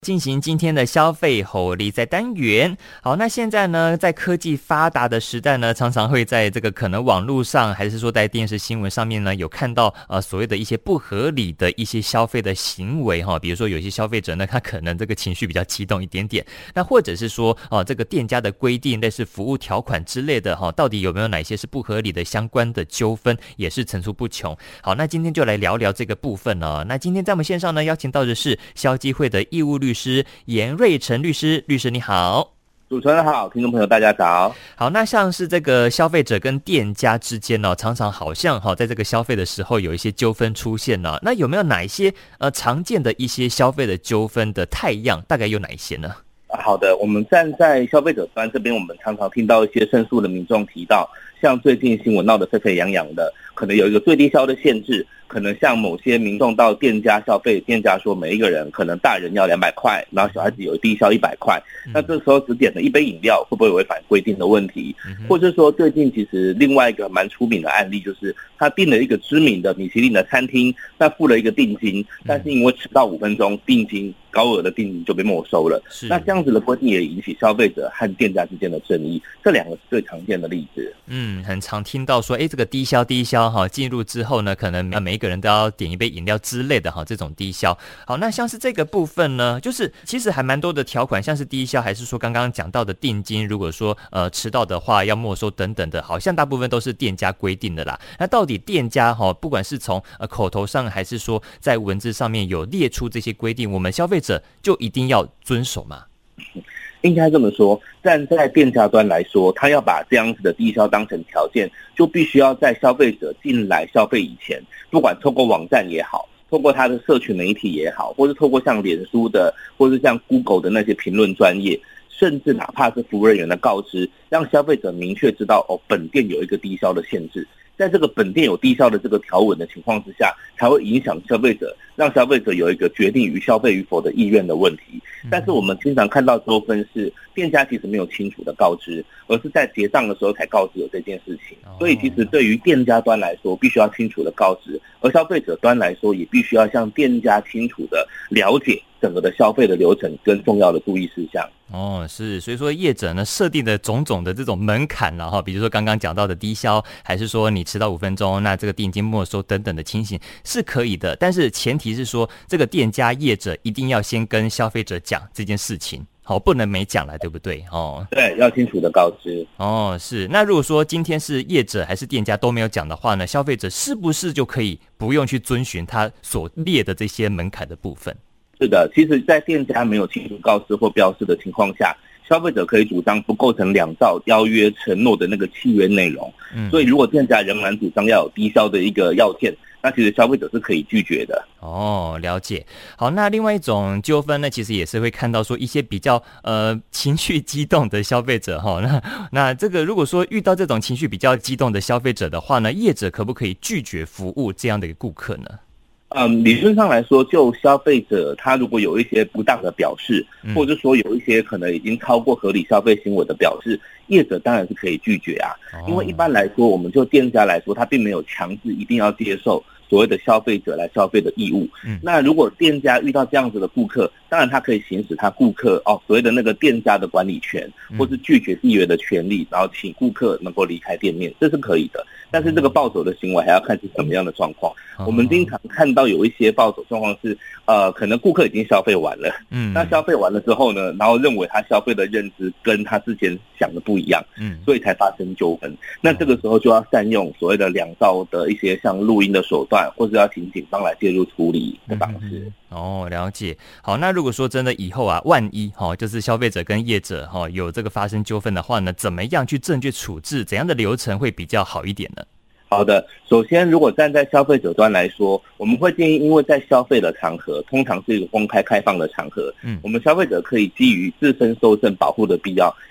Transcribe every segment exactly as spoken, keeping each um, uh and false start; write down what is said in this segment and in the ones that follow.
进行今天的消费互利在单元。好，那现在呢，在科技发达的时代呢，常常会在这个可能网络上，还是说在电视新闻上面呢，有看到呃所谓的一些不合理的一些消费的行为哈，比如说有些消费者呢，他可能这个情绪比较激动一点点，那或者是说哦、呃、这个店家的规定类似服务条款之类的哈，到底有没有哪些是不合理的相关的纠纷，也是层出不穷。好，那今天就来聊聊这个部分哦。那今天在我们线上呢，邀请到的是消基会的义务律师严瑞成律师。律师你好。 主持人好，听众朋友大家早。 好，那像是这个消费者跟店家之间呢、哦，常常好像哈、哦，在这个消费的时候有一些纠纷出现呢、哦。那有没有哪一些呃常见的一些消费的纠纷的态样，大概有哪一些呢？ 好的，我们站在消费者端这边，我们常常听到一些申诉的民众提到，像最近新闻闹得沸沸扬扬的，可能有一个最低消的限制，可能像某些民众到店家消费，店家说每一个人可能大人要两百块，然后小孩子有低消一百块，那这时候只点了一杯饮料，会不会违反规定的问题？或者说最近其实另外一个蛮出名的案例，就是他订了一个知名的米其林的餐厅，那付了一个定金，但是因为迟到五分钟，定金高额的定金就被没收了。那这样子的规定也引起消费者和店家之间的争议，这两个是最常见的例子。 嗯，很常听到说，哎，这个低消低消哈，进入之后呢，可能每一个人都要点一杯饮料之类的哈，这种低消。好，那像是这个部分呢，就是其实还蛮多的条款，像是低消，还是说刚刚讲到的定金，如果说呃迟到的话要没收等等的，好像大部分都是店家规定的啦。那到底店家哈，不管是从呃口头上，还是说在文字上面有列出这些规定，我们消费者就一定要遵守吗？ 应该这么说，站在店家端来说，他要把这样子的低消当成条件，就必须要在消费者进来消费以前，不管透过网站也好，透过他的社群媒体也好，或是透过像脸书的，或是像 Google 的那些评论专业，甚至哪怕是服务人员的告知，让消费者明确知道哦，本店有一个低消的限制。在这个本店有低消的这个条文的情况之下，才会影响消费者，让消费者有一个决定于消费与否的意愿的问题。但是我们经常看到纠纷是店家其实没有清楚的告知，而是在结账的时候才告知有这件事情。所以其实对于店家端来说，必须要清楚的告知，而消费者端来说，也必须要向店家清楚的了解整个的消费的流程跟重要的注意事项。 哦，是，所以说业者呢设定的种种的这种门槛了哈，比如说刚刚讲到的低消，还是说你迟到五分钟，那这个定金没收等等的情形是可以的，但是前提是说这个店家业者一定要先跟消费者讲这件事情，好，不能没讲来，对不对？哦， 对，要清楚的告知。 哦，是。那如果说今天是业者还是店家都没有讲的话呢，消费者是不是就可以不用去遵循他所列的这些门槛的部分？ 是的，其实在店家没有清楚告知或标示的情况下，消费者可以主张不构成两造邀约承诺的那个契约内容。嗯，所以如果店家仍然主张要有低消的一个要件，那其实消费者是可以拒绝的。 哦，了解。好，那另外一种纠纷呢，其实也是会看到说一些比较呃情绪激动的消费者哈。那那这个如果说遇到这种情绪比较激动的消费者的话呢，业者可不可以拒绝服务这样的一个顾客呢？ 嗯，理论上来说，就消费者他如果有一些不当的表示，或者说有一些可能已经超过合理消费行为的表示，业者当然是可以拒绝啊。因为一般来说，我们就店家来说，他并没有强制一定要接受所谓的消费者来消费的义务。嗯，那如果店家遇到这样子的顾客，当然他可以行使他顾客哦所谓的那个店家的管理权，或是拒绝缔约的权利，然后请顾客能够离开店面，这是可以的。但是这个暴走的行为还要看是什么样的状况。我们经常看到有一些暴走状况是，呃，可能顾客已经消费完了，嗯，那消费完了之后呢，然后认为他消费的认知跟他之前想的不一样，嗯，所以才发生纠纷。那这个时候就要善用所谓的两造的一些像录音的手段，或者要请警方来介入处理的方式。 嗯哦，了解。好，那如果说真的以后啊，万一哈、哦，就是消费者跟业者哈、哦、有这个发生纠纷的话呢，怎么样去正确处置？怎样的流程会比较好一点呢？ 好的，首先如果站在消费者端来说，我们会建议，因为在消费的场合通常是一个公开开放的场合，嗯，我们消费者可以基于自身搜证保护的必要，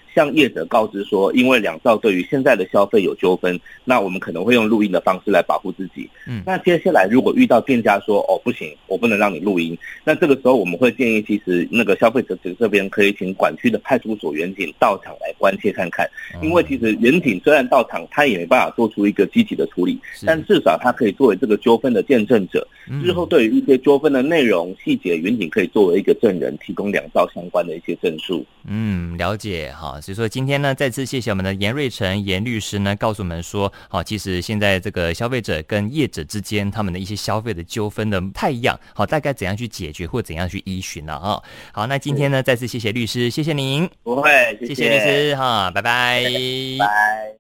向业者告知说，因为两造对于现在的消费有纠纷，那我们可能会用录音的方式来保护自己。嗯，那接下来如果遇到店家说哦不行，我不能让你录音，那这个时候我们会建议，其实那个消费者这边可以请管区的派出所员警到场来关切看看，因为其实员警虽然到场，他也没办法做出一个积极的处理，但至少他可以作为这个纠纷的见证者，日后对于一些纠纷的内容细节，员警可以作为一个证人，提供两造相关的一些证述。 嗯，了解哈。所以说今天呢，再次谢谢我们的严瑞成严律师呢，告诉我们说，好，其实现在这个消费者跟业者之间他们的一些消费的纠纷的太一样，好，大概怎样去解决或怎样去依循了啊。好，那今天呢，再次谢谢律师，谢谢您。 不会，谢谢， 谢谢律师哈，拜拜。 拜。